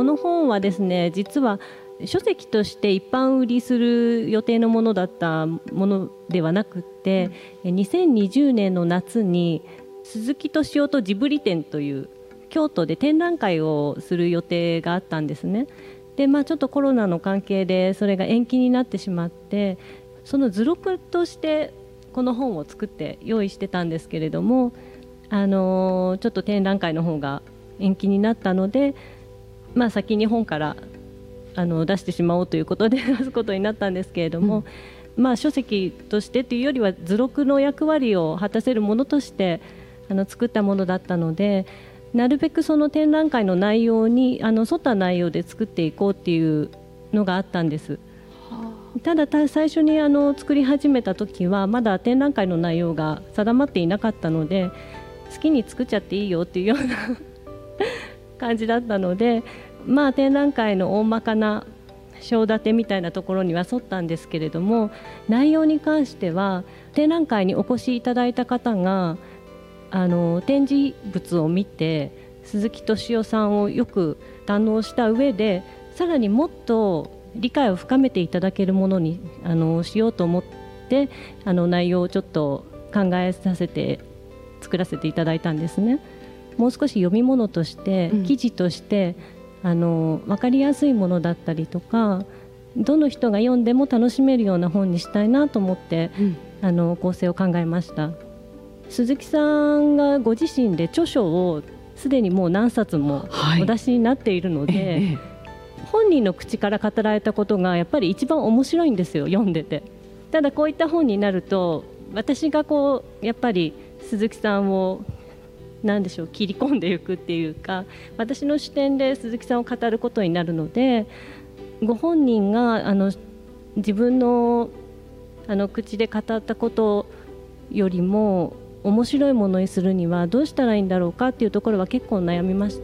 この本はですね、実は書籍として一般売りする予定のものだったものではなくて、2020年の夏に鈴木敏夫とジブリ展という京都で展覧会をする予定があったんですね。で、ちょっとコロナの関係でそれが延期になってしまって、その図録としてこの本を作って用意してたんですけれども、ちょっと展覧会の方が延期になったので、先に本から出してしまおうということで出すことになったんですけれども、書籍としてというよりは図録の役割を果たせるものとして作ったものだったので、なるべくその展覧会の内容に沿った内容で作っていこうっていうのがあったんです。ただ最初に作り始めた時はまだ展覧会の内容が定まっていなかったので、好きに作っちゃっていいよっていうような感じだったので、展覧会の大まかな章立てみたいなところには沿ったんですけれども、内容に関しては展覧会にお越しいただいた方が展示物を見て鈴木敏夫さんをよく堪能した上で、さらにもっと理解を深めていただけるものにしようと思って内容をちょっと考えさせて作らせていただいたんですね。もう少し読み物として、記事として分かりやすいものだったりとか、どの人が読んでも楽しめるような本にしたいなと思って、構成を考えました。鈴木さんがご自身で著書をすでにもう何冊もお出しになっているので、本人の口から語られたことがやっぱり一番面白いんですよ、読んでて。ただこういった本になると、私がやっぱり鈴木さんを切り込んでいくっていうか、私の視点で鈴木さんを語ることになるので、ご本人が自分の口で語ったことよりも面白いものにするにはどうしたらいいんだろうかっていうところは結構悩みました。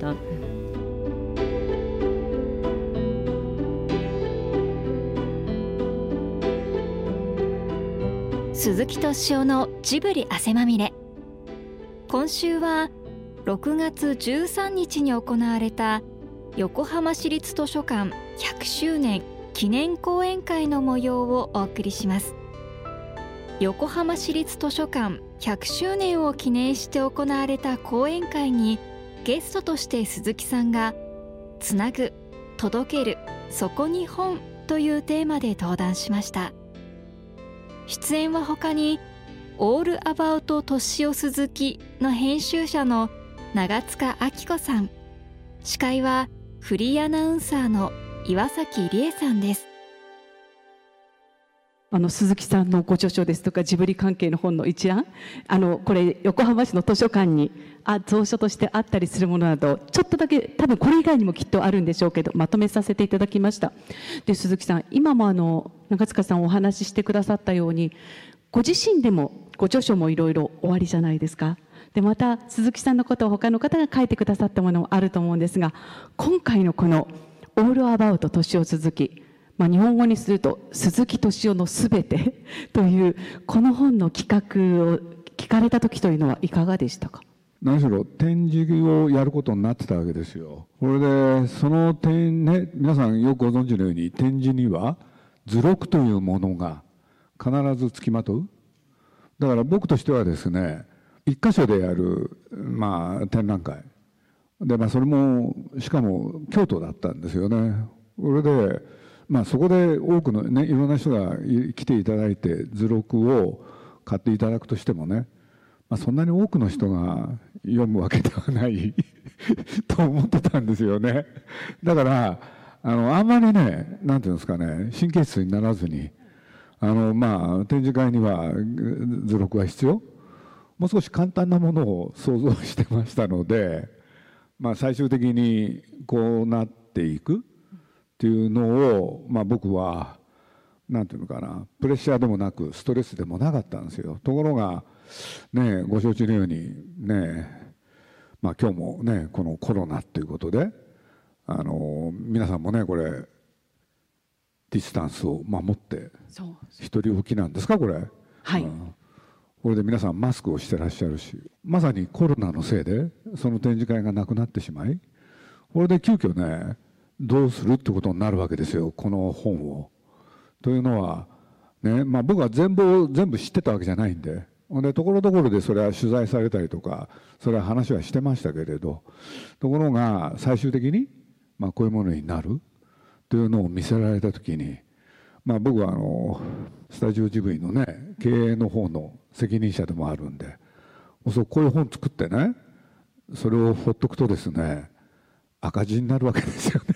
鈴木敏夫のジブリ汗まみれ。今週は6月13日に行われた横浜市立図書館100周年記念講演会の模様をお送りします。横浜市立図書館100周年を記念して行われた講演会に、ゲストとして鈴木さんがつなぐ、届ける、そこに本というテーマで登壇しました。出演は他にオールアバウト敏夫鈴木の編集者の長塚明子さん、司会はフリーアナウンサーの岩崎理恵さんです。 鈴木さんのご著書ですとかジブリ関係の本の一覧、これ横浜市の図書館に蔵書としてあったりするものなど、ちょっとだけ多分これ以外にもきっとあるんでしょうけど、まとめさせていただきました。で、鈴木さん、今も長塚さんお話ししてくださったように、ご自身でもご著書もいろいろおありじゃないですか。で、また鈴木さんのことを他の方が書いてくださったものもあると思うんですが、今回のこのオールアバウト敏夫鈴木、日本語にすると鈴木敏夫のすべてというこの本の企画を聞かれた時というのはいかがでしたか？ 何しろ展示をやることになってたわけですよ。これでその点ね、皆さんよくご存知のように展示には図録というものが必ずつきまとう。だから僕としてはですね、一箇所でやる、展覧会で、それもしかも京都だったんですよね。これでそこで多くのね、いろんな人が来ていただいて図録を買っていただくとしてもね、そんなに多くの人が読むわけではないと思ってたんですよね。だからあんまりね、なんていうんですかね、神経質にならずに展示会には図録は必要、もう少し簡単なものを想像してましたので、最終的にこうなっていくっていうのを、僕はなんていうのかな、プレッシャーでもなくストレスでもなかったんですよ。ところがね、ご承知のようにね、今日もね、このコロナっていうことで皆さんもね、これディスタンスを守って一人置きなんですか、これ。 はい、 これで皆さんマスクをしてらっしゃるし、まさにコロナのせいでその展示会がなくなってしまい、これで急遽ね、 どうするってことになるわけですよ、この本を。というのはね、僕は全部知ってたわけじゃないんで、ところどころでそれは取材されたりとか、それは話はしてましたけれど、ところが最終的にこういうものになるというのを見せられた時に、僕はスタジオジブリのね経営の方の責任者でもあるんで、こういう本作ってね、それをほっとくとですね、赤字になるわけですよね。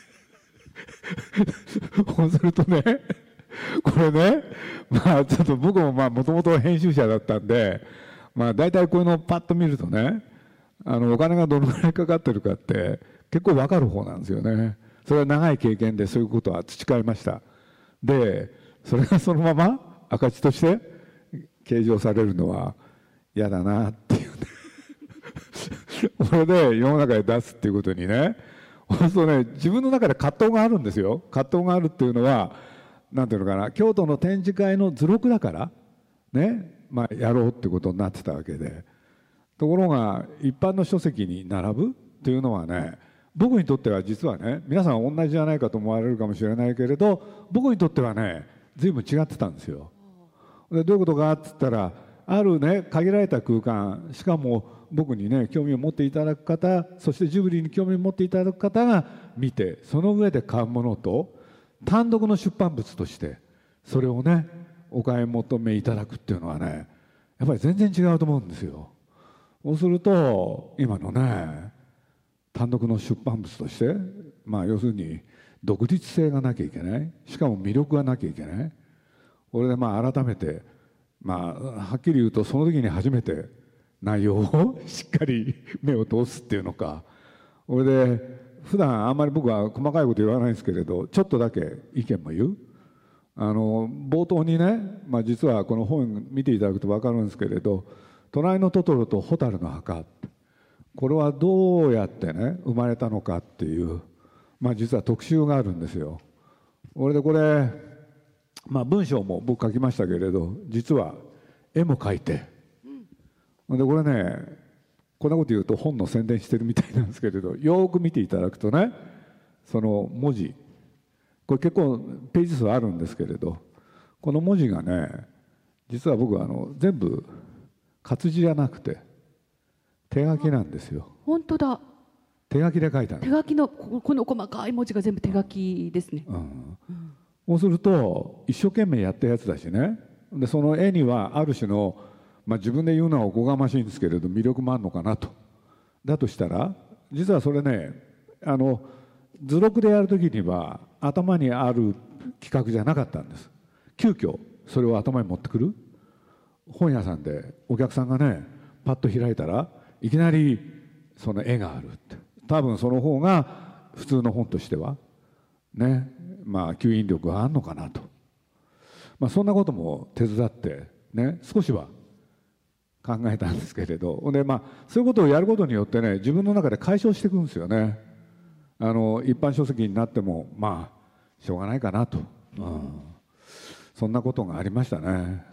そうするとね、これね、ちょっと僕ももともと編集者だったんで、大体こういうのをパッと見るとね、お金がどのぐらいかかってるかって結構分かる方なんですよね。それは長い経験でそういうことは培いました。でそれがそのまま赤字として計上されるのは嫌だなっていうね。これで世の中へ出すっていうことにね、そうするとね、自分の中で葛藤があるんですよ。葛藤があるっていうのはなんていうのかな、京都の展示会の図録だからね、やろうってことになってたわけで、ところが一般の書籍に並ぶっていうのはね、僕にとっては実はね、皆さん同じじゃないかと思われるかもしれないけれど、僕にとってはね随分違ってたんですよ。でどういうことかって言ったら、あるね限られた空間、しかも僕にね興味を持っていただく方、そしてジブリに興味を持っていただく方が見て、その上で買うものと単独の出版物としてそれをねお買い求めいただくっていうのはね、やっぱり全然違うと思うんですよ。そうすると今のね単独の出版物として、要するに独立性がなきゃいけない、しかも魅力がなきゃいけない。これで改めてはっきり言うと、その時に初めて内容をしっかり目を通すっていうのか、これで普段あんまり僕は細かいこと言わないんですけれど、ちょっとだけ意見も言う。冒頭にね、実はこの本見ていただくと分かるんですけれど、隣のトトロと蛍の墓、これはどうやってね生まれたのかっていう、実は特集があるんですよ。これで文章も僕書きましたけれど、実は絵も描いて、でこれね、こんなこと言うと本の宣伝してるみたいなんですけれど、よく見ていただくとね、その文字、これ結構ページ数あるんですけれど、この文字がね、実は僕は全部活字じゃなくて手書きなんですよ。 本当だ。 手書きで書いたの。 手書きのこの細かい文字が全部手書きですね。 そうすると一生懸命やったやつだしね。でその絵にはある種の、自分で言うのはおこがましいんですけれど魅力もあるのかなと。だとしたら実はそれね、図録でやる時には頭にある企画じゃなかったんです。急遽それを頭に持ってくる。本屋さんでお客さんがねパッと開いたらいきなりその絵があるって、多分その方が普通の本としてはね、吸引力があるのかなと、そんなことも手伝ってね少しは考えたんですけれど、でそういうことをやることによってね、自分の中で解消していくんですよね。一般書籍になってもしょうがないかなと、そんなことがありましたね。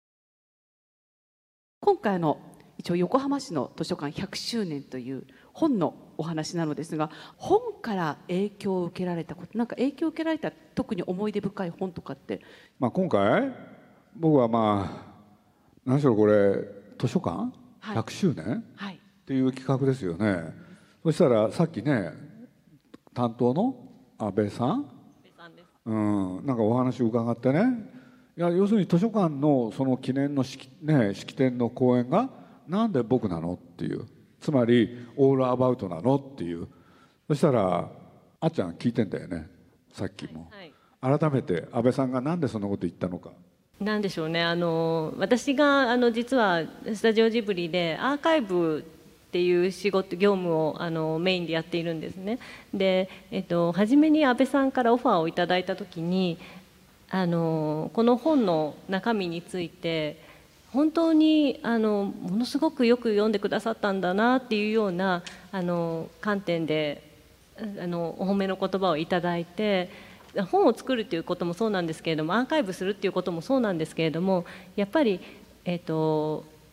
今回一応横浜市の図書館100周年という本のお話なのですが、本から影響を受けられたこと、なんか影響を受けられた特に思い出深い本とかって。 今回僕は何しろこれ図書館100周年っていう企画ですよね。そしたらさっきね担当の安倍さん、なんかお話を伺ってね、要するに図書館のその記念の式典の講演がなんで僕なのっていう、つまりオールアバウトなのっていう。そしたらあっちゃん聞いてんだよね、さっきも。改めて安倍さんがなんでそんなこと言ったのか。 なんでしょうね、私が実はスタジオジブリでアーカイブっていう業務をメインでやっているんですね。で、初めに安倍さんからオファーをいただいた時にこの本の中身について本当にものすごくよく読んでくださったんだなっていうような観点でお褒めの言葉をいただいて、本を作るっていうこともそうなんですけれども、アーカイブするっていうこともそうなんですけれども、やっぱり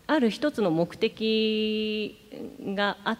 ある一つの目的があって、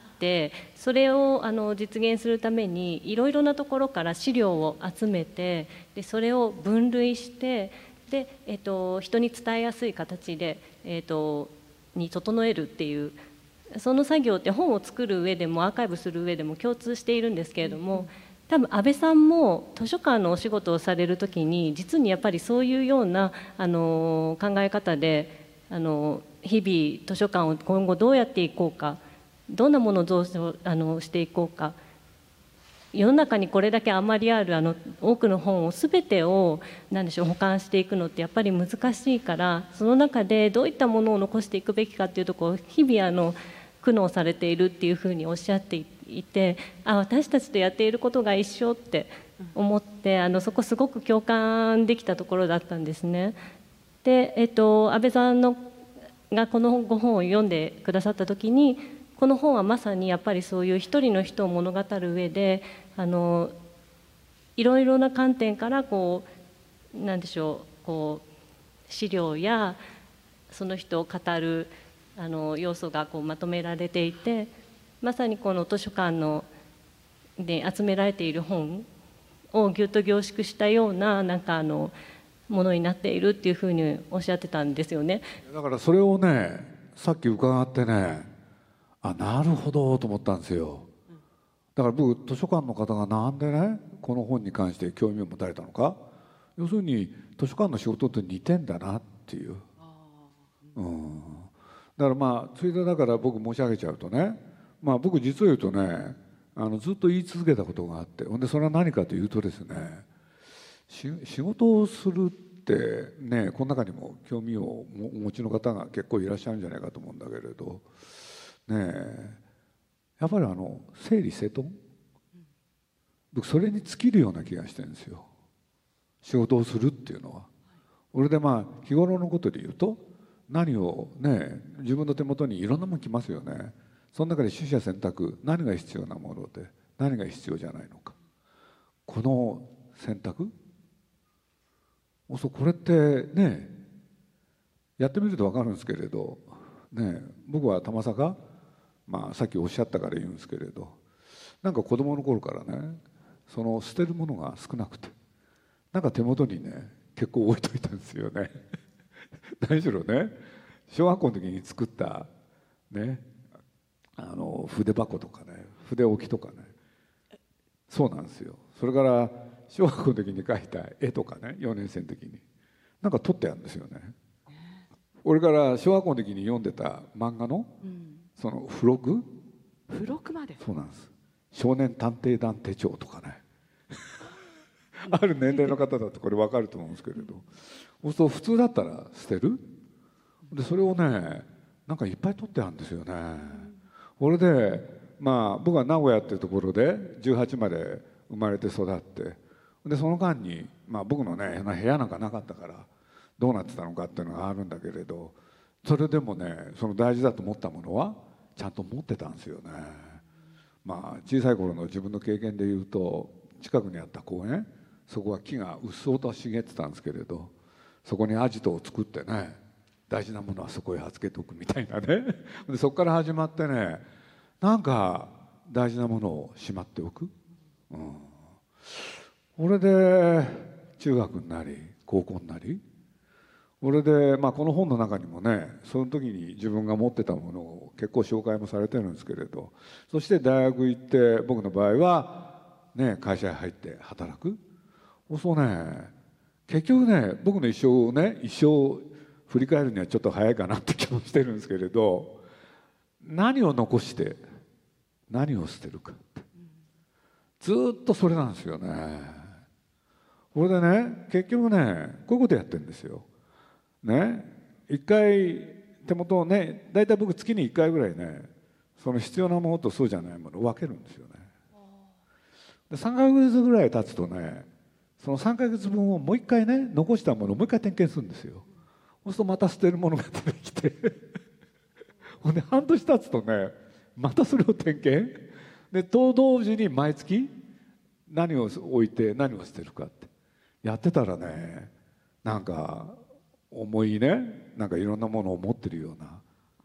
それを実現するためにいろいろなところから資料を集めて、でそれを分類して、で、人に伝えやすい形で、に整えるっていう、その作業って本を作る上でもアーカイブする上でも共通しているんですけれども、多分安倍さんも図書館のお仕事をされる時に実にやっぱりそういうような考え方で日々図書館を今後どうやっていこうか、どんなものをどうしていこうか、世の中にこれだけあまりある多くの本を全てを保管していくのってやっぱり難しいから、その中でどういったものを残していくべきかっていうところを日々苦悩されているっていうふうにおっしゃっていて、私たちとやっていることが一緒って思って、そこすごく共感できたところだったんですね。で、安倍さんがこのご本を読んでくださった時に、この本はまさにやっぱりそういう一人の人を物語る上でいろいろな観点から資料やその人を語る要素がまとめられていて、まさにこの図書館で集められている本をぎゅっと凝縮したようなものになっているっていうふうにおっしゃってたんですよね。 だからそれをね、さっき伺ってね、なるほどと思ったんですよ。だから僕、図書館の方がなんでねこの本に関して興味を持たれたのか、要するに図書館の仕事と似てんだなっていう、だからついでだから僕申し上げちゃうとね、僕実を言うとねずっと言い続けたことがあって、でそれは何かというとですね、仕事をするってね、この中にも興味をお持ちの方が結構いらっしゃるんじゃないかと思うんだけれどね、やっぱり整理整頓、僕それに尽きるような気がしてるんですよ、仕事をするっていうのは。俺で日頃のことで言うと、何をね、自分の手元にいろんなもの来ますよね。その中で取捨選択、何が必要なもので何が必要じゃないのか、この選択、これってねやってみると分かるんですけれどね、僕はたまさかさっきおっしゃったから言うんですけれど、子供の頃からね、その捨てるものが少なくて、手元にね結構置いといたんですよね何しろね、小学校の時に作ったね筆箱とかね、筆置きとかね、そうなんですよ。それから小学校の時に描いた絵とかね、4年生の時に撮ってあるんですよね。俺から小学校の時に読んでた漫画のその付録まで、 そうなんです。少年探偵団手帳とかねある年齢の方だとこれ分かると思うんですけれど、そうすると普通だったら捨てる、でそれをねいっぱい取ってあるんですよね。これで僕は名古屋っていうところで18まで生まれて育って、でその間に僕のね部屋なんかなかったからどうなってたのかっていうのがあるんだけれど、それでもねその大事だと思ったものはちゃんと持ってたんですよね。小さい頃の自分の経験でいうと、近くにあった公園、そこは木がうっそうと茂ってたんですけれど、そこにアジトを作ってね、大事なものはそこへ預けておくみたいなねでそこから始まってね、大事なものをしまっておく、これで中学になり高校になり、これでこの本の中にもね、その時に自分が持ってたものを結構紹介もされてるんですけれど、そして大学行って、僕の場合はね会社に入って働く、そうね、結局ね僕の一生振り返るにはちょっと早いかなって気もしてるんですけれど、何を残して何を捨てるかって、ずっとそれなんですよね。これでね結局ねこういうことやってるんですよね。一回手元をね、大体僕月に1回ぐらいね、その必要なものとそうじゃないものを分けるんですよね。で3ヶ月ぐらい経つとね、その3ヶ月分をもう一回ね、残したものをもう一回点検するんですよ。そうするとまた捨てるものが出てきてほんで半年経つとね、またそれを点検で、と同時に毎月何を置いて何を捨てるかってやってたらね、重いね、いろんなものを持ってるような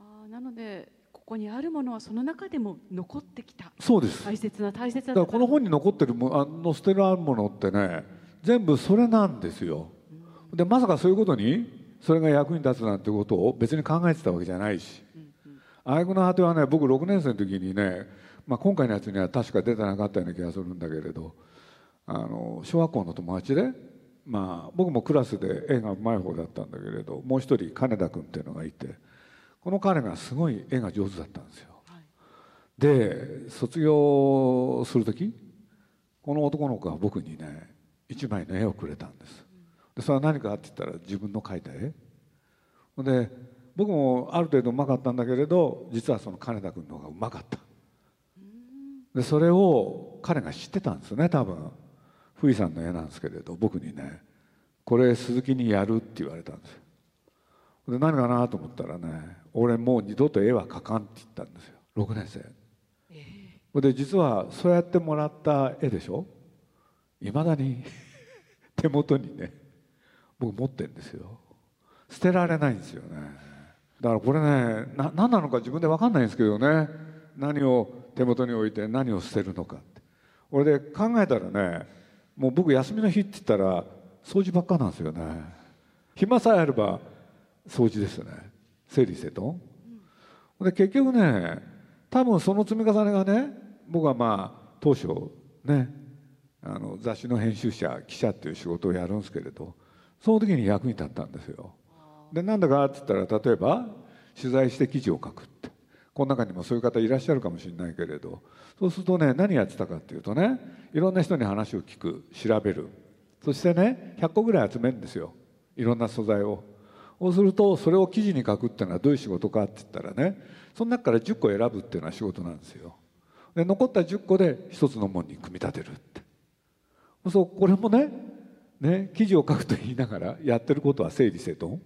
でここにあるものはその中でも残ってきたそうです。 大切な大切な。 だからこの本に残ってる載せてあるものってね、全部それなんですよ。でまさかそういうことにそれが役に立つなんてことを別に考えてたわけじゃないし、挙句の果てはね、僕6年生の時にね、今回のやつには確か出てなかったような気がするんだけれど、小学校の友達で、僕もクラスで絵がうまい方だったんだけれど、もう一人金田君っていうのがいて、この彼がすごい絵が上手だったんですよ。で卒業する時、この男の子が僕にね一枚の絵をくれたんです。でそれは何かって言ったら自分の描いた絵で、僕もある程度うまかったんだけれど、実はその金田君の方がうまかった。でそれを彼が知ってたんですよね、多分。富士山の絵なんですけれど、僕にねこれ鈴木にやるって言われたんですよ。で何かなと思ったらね、俺もう二度と絵は描かんって言ったんですよ、6年生。で実はそうやってもらった絵でしょ、いまだに手元にね僕持ってるんですよ。捨てられないんですよね。だからこれね、何なのか自分で分かんないんですけどね、何を手元に置いて何を捨てるのかって。俺で考えたらね、もう僕休みの日って言ったら掃除ばっかなんですよね。暇さえあれば掃除ですよね、整理整頓。で結局ね、多分その積み重ねがね、僕は当初ね雑誌の編集者記者っていう仕事をやるんですけれど、その時に役に立ったんですよ。でなんだかって言ったら、例えば取材して記事を書くって、この中にもそういう方いらっしゃるかもしれないけれど、そうするとね、何やってたかっていうとね、いろんな人に話を聞く、調べる、そしてね100個ぐらい集めるんですよ、いろんな素材を。そうするとそれを記事に書くっていうのはどういう仕事かって言ったらね、その中から10個選ぶっていうのは仕事なんですよ。で残った10個で一つのものに組み立てるって。そうこれもね記事を書くと言いながらやってることは整理整頓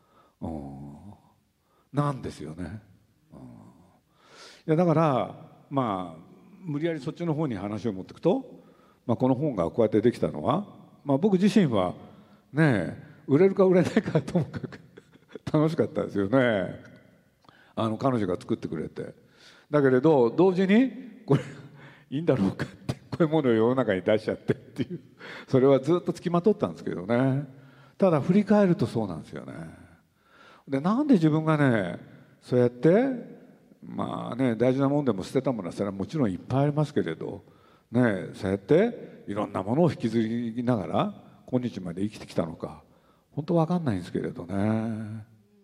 なんですよね。いやだから無理やりそっちの方に話を持っていくと、この本がこうやってできたのは、僕自身はね売れるか売れないかともかく楽しかったですよね。彼女が作ってくれて。だけれど同時にこれいいんだろうかって、こういうものを世の中に出しちゃってっていう、それはずっとつきまとったんですけどね。ただ振り返るとそうなんですよね。でなんで自分がねそうやって大事なものでも捨てたものはそれはもちろんいっぱいありますけれどね、そうやっていろんなものを引きずりながら今日まで生きてきたのか本当わかんないんですけれどね。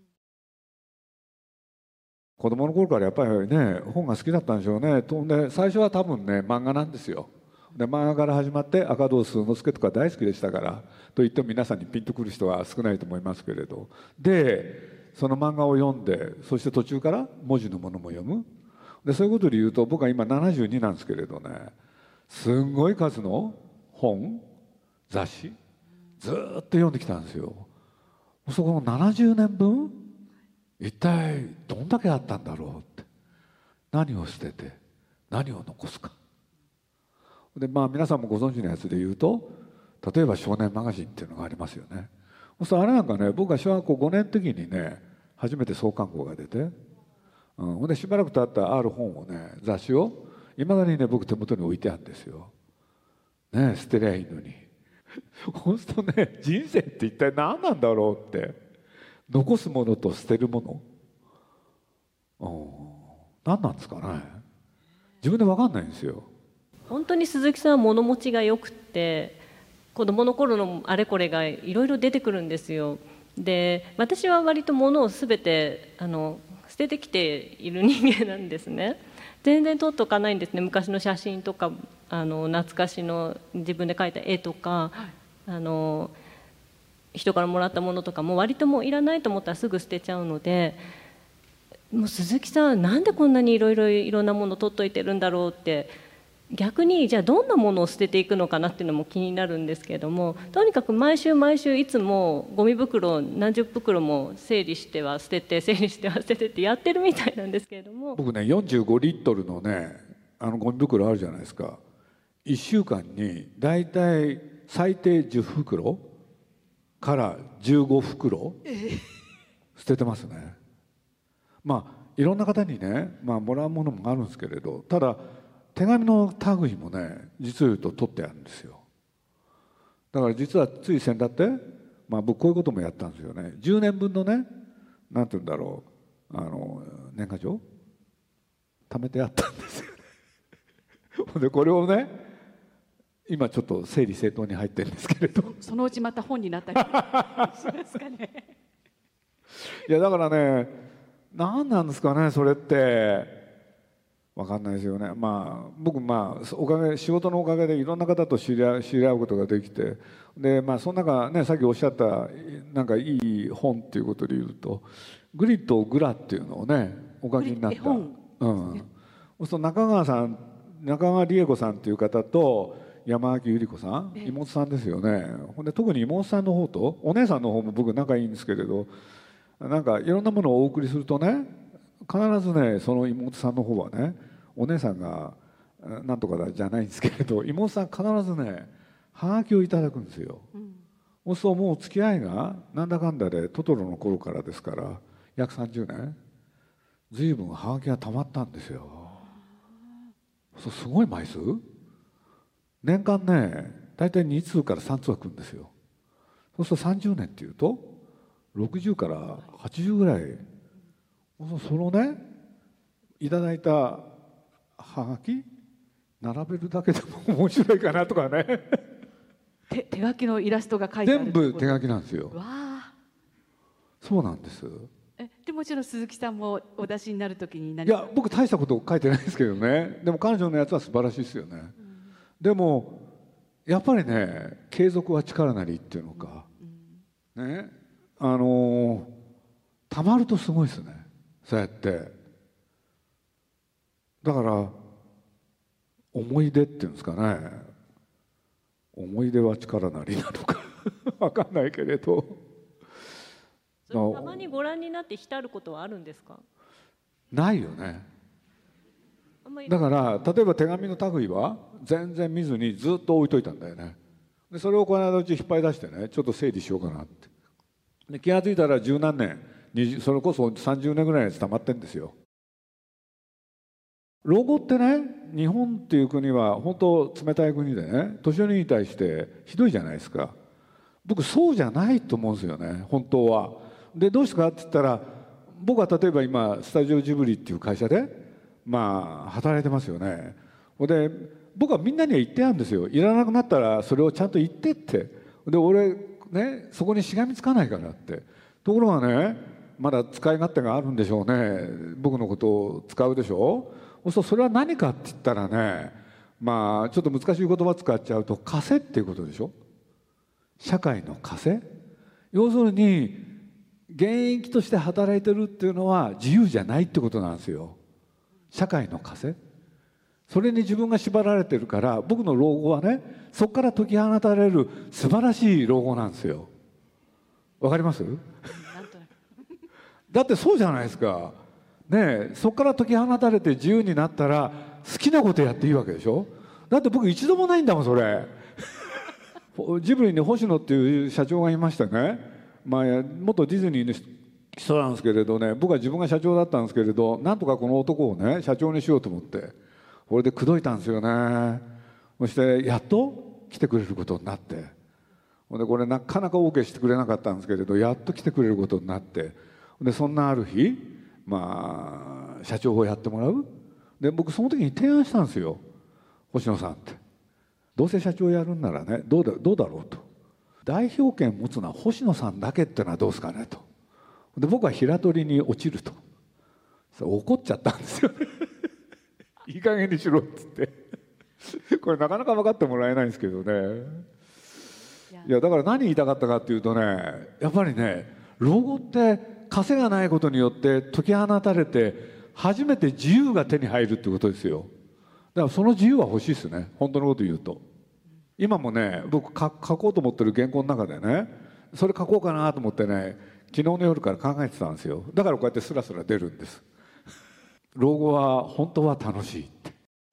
子供の頃からやっぱりね本が好きだったんでしょうね。で最初は多分ね漫画なんですよ。で漫画から始まって赤胴数之助とか大好きでしたから、と言っても皆さんにピンとくる人は少ないと思いますけれど、でその漫画を読んで、そして途中から文字のものも読む。でそういうことで言うと僕は今72なんですけれどね、すんごい数の本雑誌ずっと読んできたんですよ。そこの70年分一体どんだけあったんだろうって、何を捨てて何を残すかで、皆さんもご存知のやつで言うと、例えば少年マガジンっていうのがありますよね。そうあれなんかね、僕が小学校5年の時にね初めて創刊号が出て、でしばらく経ったある本をね、雑誌をいまだにね僕手元に置いてあるんですよ。ね、捨てりゃいいのに。そうするとね、人生って一体何なんだろうって、残すものと捨てるもの、何なんですかね。自分で分かんないんですよ。 本当に鈴木さんは物持ちがよくって、子供の頃のあれこれがいろいろ出てくるんですよ。で私は割と物を全て捨ててきている人間なんですね。全然取っておかないんですね。昔の写真とか懐かしの自分で描いた絵とか、人からもらったものとかも割ともういらないと思ったらすぐ捨てちゃうので、もう鈴木さんなんでこんなにいろんなもの取っといてるんだろうって、逆にじゃあどんなものを捨てていくのかなっていうのも気になるんですけれども、とにかく毎週いつもゴミ袋何十袋も整理しては捨てて整理しては捨ててってやってるみたいなんですけれども、 僕ね45リットルのねゴミ袋あるじゃないですか。1週間にだいたい最低10袋から15袋捨ててますね。 いろんな方にね、もらうものもあるんですけれど、ただ手紙の類もね、実を言うと取ってあるんですよ。だから実はつい先だって、僕こういうこともやったんですよね。10年分のね、なんて言うんだろう、年賀状貯めてあったんですよね。でこれをね、今ちょっと整理整頓に入ってるんですけれど、 そのうちまた本になったりしますかね。 いやだからね、何なんですかね、それって分かんないですよね。僕おかげ、仕事のおかげでいろんな方と知り合うことができて、でその中ね、さっきおっしゃったなんかいい本っていうことで言うと、グリとグラっていうのをねお書きになった。そう中川理恵子さんっていう方と山脇百合子さん、妹さんですよね。ほんで特に妹さんの方とお姉さんの方も僕仲いいんですけれど、なんかいろんなものをお送りするとね、必ずね、その妹さんの方はね、お姉さんがなんとかだじゃないんですけれど、妹さん必ずねはがきをいただくんですよ。そうするともう付き合いがなんだかんだでトトロの頃からですから約30年、随分はがきがたまったんですよ。すごい枚数、年間ね大体2通から3通は来るんですよ。そうすると30年っていうと60から80ぐらい、そのねいただいたはがき並べるだけでも面白いかなとかね。 手書きのイラストが書いてある。 全部手書きなんですよ。 わあ、 そうなんです。 でもちろん鈴木さんもお出しになるときにいや僕大したこと書いてないですけどね。でも彼女のやつは素晴らしいですよね。でもやっぱりね、継続は力なりっていうのか、ね、たまるとすごいですね、そうやって。だから思い出っていうんですかね、思い出は力なりなのか分かんないけれど、 それたまにご覧になって浸ることはあるんですか？ ないよね。だから例えば手紙の類は全然見ずにずっと置いといたんだよね。でそれをこの間うち引っ張り出してね、ちょっと整理しようかなって。で気が付いたら十何年、それこそ30年ぐらいのやつ溜まってんですよ。老後ってね、日本っていう国は本当冷たい国でね、年寄りに対してひどいじゃないですか。僕そうじゃないと思うんですよね、本当は。でどうしてかって言ったら、僕は例えば今スタジオジブリっていう会社で働いてますよね。で僕はみんなには言ってあるんですよ。いらなくなったらそれをちゃんと言ってって。で俺ね、そこにしがみつかないからって。ところがね、まだ使い勝手があるんでしょうね。僕のことを使うでしょ。それは何かって言ったらね、ちょっと難しい言葉使っちゃうと枷っていうことでしょ。社会の枷。要するに現役として働いてるっていうのは自由じゃないってことなんですよ。社会の枷。それに自分が縛られてるから、僕の老後はね、そこから解き放たれる素晴らしい老後なんですよ。わかります？だってそうじゃないですか。ねえ、そこから解き放たれて自由になったら好きなことやっていいわけでしょ。だって僕一度もないんだもんそれ。ジブリに星野っていう社長がいましてね、元ディズニーの人なんですけれどね、僕は自分が社長だったんですけれど、なんとかこの男をね社長にしようと思ってこれで口説いたんですよね。そしてやっと来てくれることになって、でこれなかなか OK してくれなかったんですけれど、やっと来てくれることになって、でそんなある日社長をやってもらう。で僕その時に提案したんですよ。星野さんってどうせ社長やるんならね、どうだろうと、代表権持つのは星野さんだけってのはどうですかねと。で僕は平取りに落ちると。怒っちゃったんですよね。いい加減にしろっつってこれなかなか分かってもらえないんですけどね。いやだから何言いたかったかっていうとね、やっぱりね、老後って枷がないことによって解き放たれて初めて自由が手に入るってことですよ。だからその自由は欲しいですね、本当のこと言うと。今もね、僕書こうと思ってる原稿の中でね、それ書こうかなと思ってね、昨日の夜から考えてたんですよ。だからこうやってスラスラ出るんです。老後は本当は楽しいって。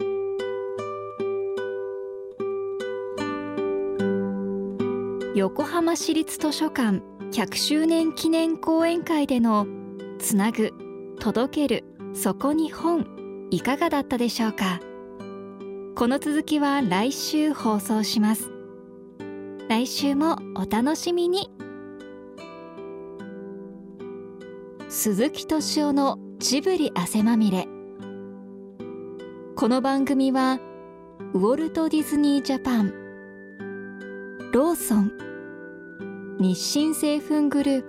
横浜市立図書館100周年記念講演会でのつなぐ、届ける、 そこに本いかがだったでしょうか。この続きは来週放送します。来週もお楽しみに。鈴木敏夫のジブリ汗まみれ。この番組はウォルト・ディズニー・ジャパン、ローソン、日清製粉グルー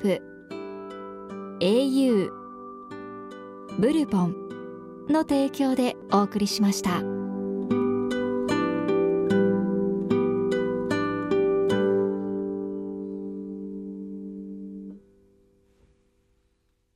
プ、au、ブルボンの提供でお送りしました。